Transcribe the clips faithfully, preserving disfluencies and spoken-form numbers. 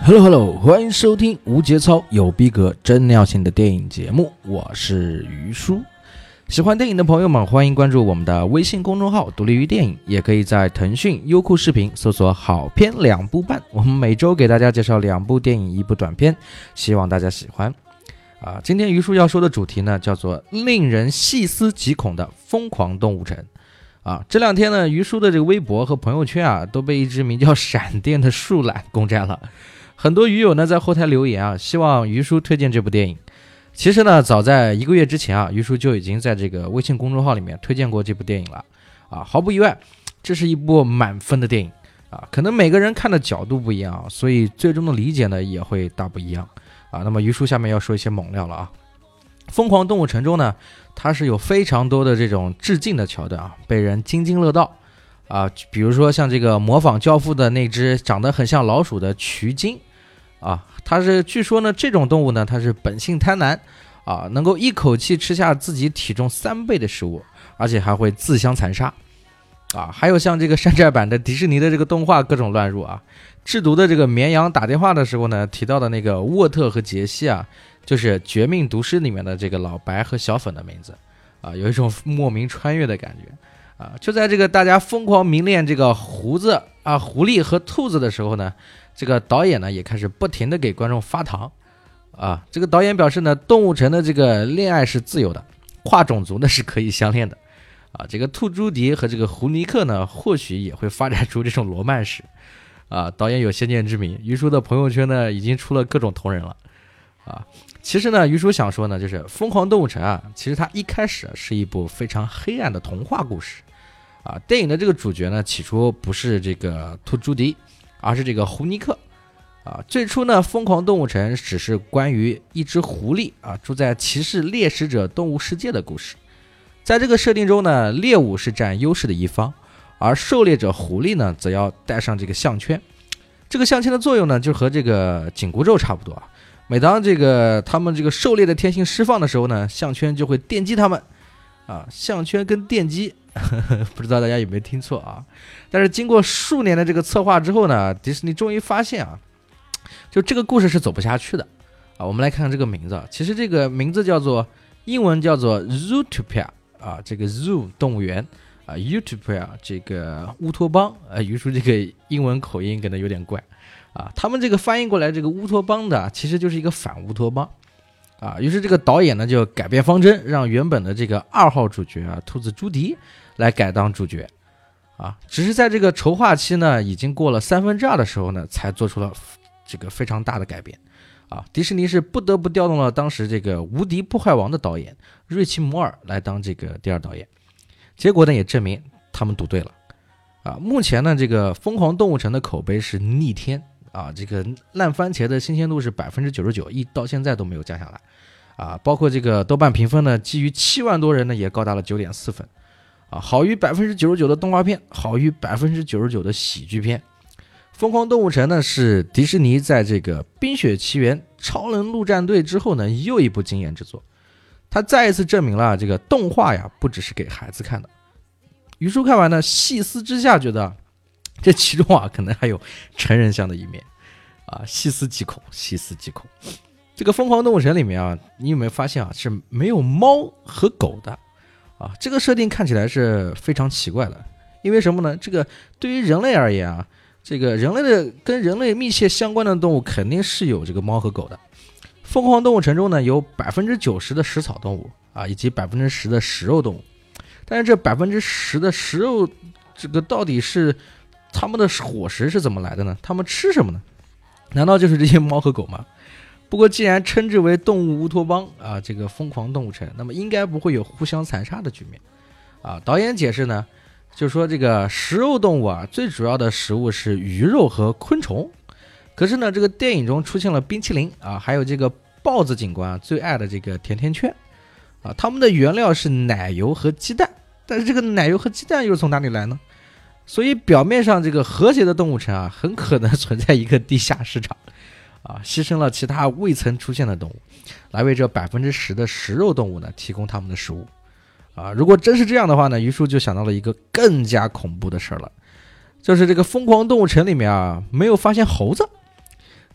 Hello Hello， 欢迎收听无节操有逼格真尿性的电影节目，我是于叔。喜欢电影的朋友们，欢迎关注我们的微信公众号独立于电影，也可以在腾讯、优酷视频搜索好片两部半，我们每周给大家介绍两部电影一部短片，希望大家喜欢啊。今天于叔要说的主题呢，叫做令人细思极恐的疯狂动物城啊。这两天呢，于叔的这个微博和朋友圈啊，都被一只名叫闪电的树懒攻占了。很多鱼友呢在后台留言啊，希望于叔推荐这部电影。其实呢，早在一个月之前啊，于叔就已经在这个微信公众号里面推荐过这部电影了啊。毫不意外，这是一部满分的电影啊。可能每个人看的角度不一样啊，所以最终的理解呢也会大不一样啊。那么于叔下面要说一些猛料了啊。疯狂动物城中呢，它是有非常多的这种致敬的桥段啊，被人津津乐道啊。比如说像这个模仿教父的那只长得很像老鼠的渠鲸。啊，它是据说呢，这种动物呢，它是本性贪婪啊，能够一口气吃下自己体重三倍的食物，而且还会自相残杀啊。还有像这个山寨版的迪士尼的这个动画各种乱入啊。制毒的这个绵羊打电话的时候呢，提到的那个沃特和杰西啊，就是《绝命毒师》里面的这个老白和小粉的名字啊，有一种莫名穿越的感觉啊。就在这个大家疯狂迷恋这个胡子啊、狐狸和兔子的时候呢，这个导演呢也开始不停的给观众发糖啊。这个导演表示呢，动物城的这个恋爱是自由的，跨种族呢是可以相恋的啊。这个兔朱迪和这个胡尼克呢，或许也会发展出这种罗曼史啊。导演有先见之明，于叔的朋友圈呢已经出了各种同人了啊。其实呢，于叔想说呢，就是《疯狂动物城》啊，其实它一开始是一部非常黑暗的童话故事啊。电影的这个主角呢，起初不是这个兔朱迪，而是这个胡尼克啊。最初呢，疯狂动物城只是关于一只狐狸啊住在歧视猎食者动物世界的故事。在这个设定中呢，猎物是占优势的一方，而狩猎者狐狸呢则要带上这个项圈。这个项圈的作用呢，就和这个紧箍咒差不多啊。每当这个他们这个狩猎的天性释放的时候呢，项圈就会电击他们啊。项圈跟电击呵呵，不知道大家有没有听错啊？但是经过数年的这个策划之后呢，迪士尼终于发现啊，就这个故事是走不下去的啊。我们来看看这个名字，其实这个名字叫做英文叫做 Zootopia 啊，这个 Zoo 动物园啊 ，Utopia 这个乌托邦啊。于叔这个英文口音可能有点怪啊，他们这个翻译过来这个乌托邦的其实就是一个反乌托邦啊。于是这个导演呢就改变方针，让原本的这个二号主角啊兔子朱迪来改当主角啊。只是在这个筹划期呢已经过了三分之二的时候呢，才做出了这个非常大的改变啊。迪士尼是不得不调动了当时这个无敌破坏王的导演瑞奇摩尔来当这个第二导演，结果呢也证明他们赌对了啊。目前呢这个疯狂动物城的口碑是逆天啊，这个烂番茄的新鲜度是 百分之九十九， 一到现在都没有降下来啊。包括这个豆瓣评分呢，基于七万多人呢也高达了 九点四分啊，好于 百分之九十九 的动画片，好于 百分之九十九 的喜剧片。疯狂动物城呢是迪士尼在这个冰雪奇缘超能陆战队之后呢又一部惊艳之作，它再一次证明了这个动画呀不只是给孩子看的。于叔看完呢，细思之下觉得这其中啊可能还有成人向的一面啊，细思极恐，细思极恐。这个疯狂动物城里面啊，你有没有发现啊是没有猫和狗的啊？这个设定看起来是非常奇怪的，因为什么呢？这个对于人类而言啊，这个人类的跟人类密切相关的动物肯定是有这个猫和狗的。疯狂动物城中呢有 百分之九十 的食草动物啊，以及 百分之十 的食肉动物。但是这 百分之十 的食肉这个到底是他们的伙食是怎么来的呢？他们吃什么呢？难道就是这些猫和狗吗？不过既然称之为动物乌托邦啊，这个疯狂动物城，那么应该不会有互相残杀的局面啊。导演解释呢，就是说这个食肉动物啊，最主要的食物是鱼肉和昆虫。可是呢，这个电影中出现了冰淇淋啊，还有这个豹子警官、啊、最爱的这个甜甜圈啊，他们的原料是奶油和鸡蛋，但是这个奶油和鸡蛋又是从哪里来呢？所以表面上这个和谐的动物城啊，很可能存在一个地下市场啊，牺牲了其他未曾出现的动物，来为这 百分之十 的食肉动物呢提供他们的食物啊。如果真是这样的话呢，于叔就想到了一个更加恐怖的事了，就是这个疯狂动物城里面啊没有发现猴子。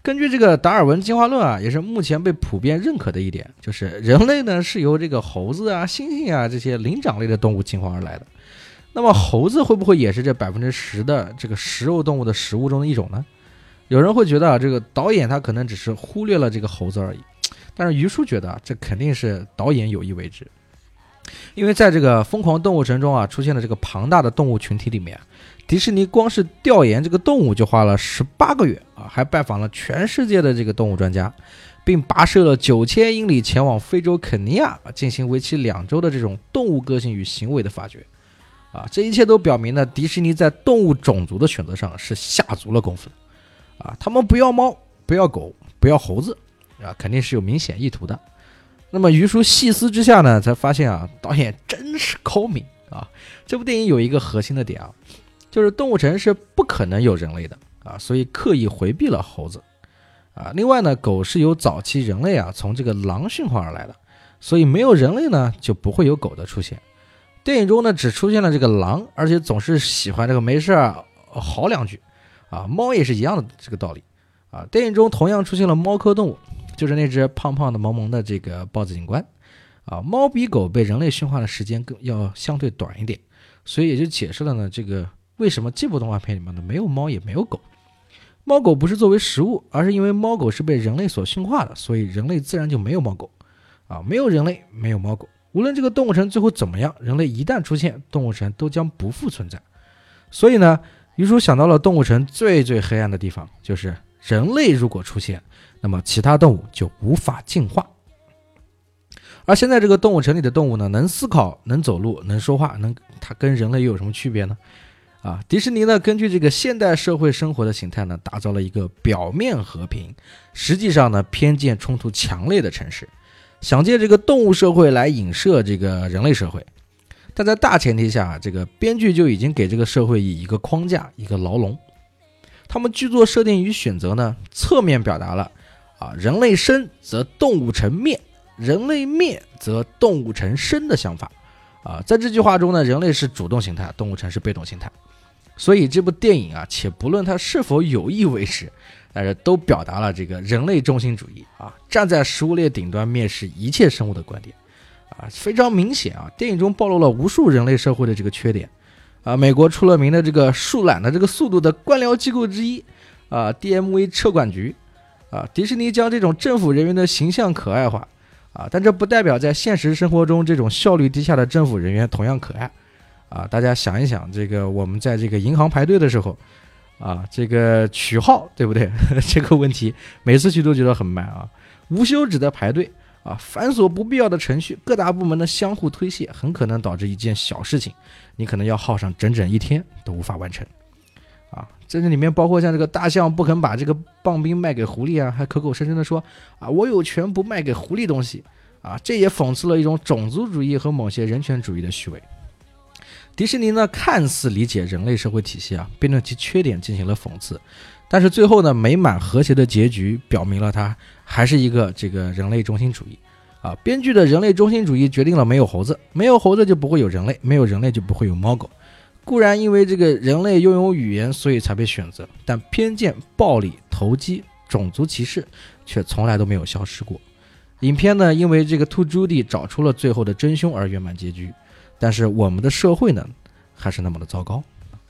根据这个达尔文进化论啊，也是目前被普遍认可的一点，就是人类呢是由这个猴子啊、猩猩啊这些灵长类的动物进化而来的。那么猴子会不会也是这百分之十的这个食肉动物的食物中的一种呢？有人会觉得啊，这个导演他可能只是忽略了这个猴子而已，但是于叔觉得啊，这肯定是导演有意为之。因为在这个疯狂动物城中啊，出现了这个庞大的动物群体里面，迪士尼光是调研这个动物就花了十八个月啊，还拜访了全世界的这个动物专家，并跋涉了九千英里前往非洲肯尼亚，进行为期两周的这种动物个性与行为的发掘。啊，这一切都表明呢，迪士尼在动物种族的选择上是下足了功夫的。啊，他们不要猫，不要狗，不要猴子，啊，肯定是有明显意图的。那么于叔细思之下呢，才发现啊，导演真是高明啊！这部电影有一个核心的点啊，就是动物城是不可能有人类的啊，所以刻意回避了猴子啊。另外呢，狗是由早期人类啊从这个狼驯化而来的，所以没有人类呢，就不会有狗的出现。电影中呢，只出现了这个狼，而且总是喜欢这个没事啊嚎两句啊。猫也是一样的这个道理啊。电影中同样出现了猫科动物，就是那只胖胖的萌萌的这个豹子警官啊。猫比狗被人类驯化的时间更要相对短一点，所以也就解释了呢这个为什么这部动画片里面呢没有猫也没有狗。猫狗不是作为食物，而是因为猫狗是被人类所驯化的，所以人类自然就没有猫狗啊。没有人类，没有猫狗。无论这个动物城最后怎么样，人类一旦出现，动物城都将不复存在。所以呢，于叔想到了动物城最最黑暗的地方，就是人类如果出现，那么其他动物就无法进化。而现在这个动物城里的动物呢，能思考，能走路，能说话，能它跟人类又有什么区别呢？啊，迪士尼呢，根据这个现代社会生活的形态呢，打造了一个表面和平，实际上呢偏见冲突强烈的城市。想借这个动物社会来影射这个人类社会，但在大前提下，这个编剧就已经给这个社会以一个框架，一个牢笼。他们剧作设定与选择呢，侧面表达了啊，人类生则动物城灭，人类灭则动物城生的想法啊。在这句话中呢，人类是主动形态，动物城是被动形态。所以这部电影啊，且不论它是否有意为之，但是都表达了这个人类中心主义啊，站在食物链顶端蔑视一切生物的观点啊，非常明显啊。电影中暴露了无数人类社会的这个缺点啊。美国出了名的这个树懒的这个速度的官僚机构之一啊 ，D M V 车管局啊，迪士尼将这种政府人员的形象可爱化啊，但这不代表在现实生活中这种效率低下的政府人员同样可爱啊。大家想一想，这个我们在这个银行排队的时候。啊，这个取号对不对？这个问题每次去都觉得很慢啊，无休止的排队啊，繁琐不必要的程序，各大部门的相互推卸，很可能导致一件小事情，你可能要耗上整整一天都无法完成啊。这里面包括像这个大象不肯把这个棒冰卖给狐狸啊，还口口声声的说啊，我有权不卖给狐狸东西啊，这也讽刺了一种种族主义和某些人权主义的虚伪。迪士尼呢，看似理解人类社会体系啊，并对其缺点进行了讽刺，但是最后呢，美满和谐的结局表明了它还是一个这个人类中心主义啊。编剧的人类中心主义决定了没有猴子，没有猴子就不会有人类，没有人类就不会有猫狗。固然因为这个人类拥有语言，所以才被选择，但偏见、暴力、投机、种族歧视却从来都没有消失过。影片呢，因为这个兔朱迪找出了最后的真凶而圆满结局。但是我们的社会呢，还是那么的糟糕。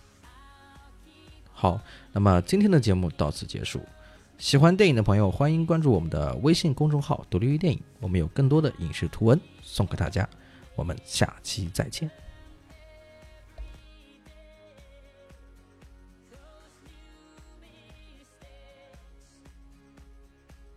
好，那么今天的节目到此结束。喜欢电影的朋友，欢迎关注我们的微信公众号“独立于电影”，我们有更多的影视图文送给大家。我们下期再见。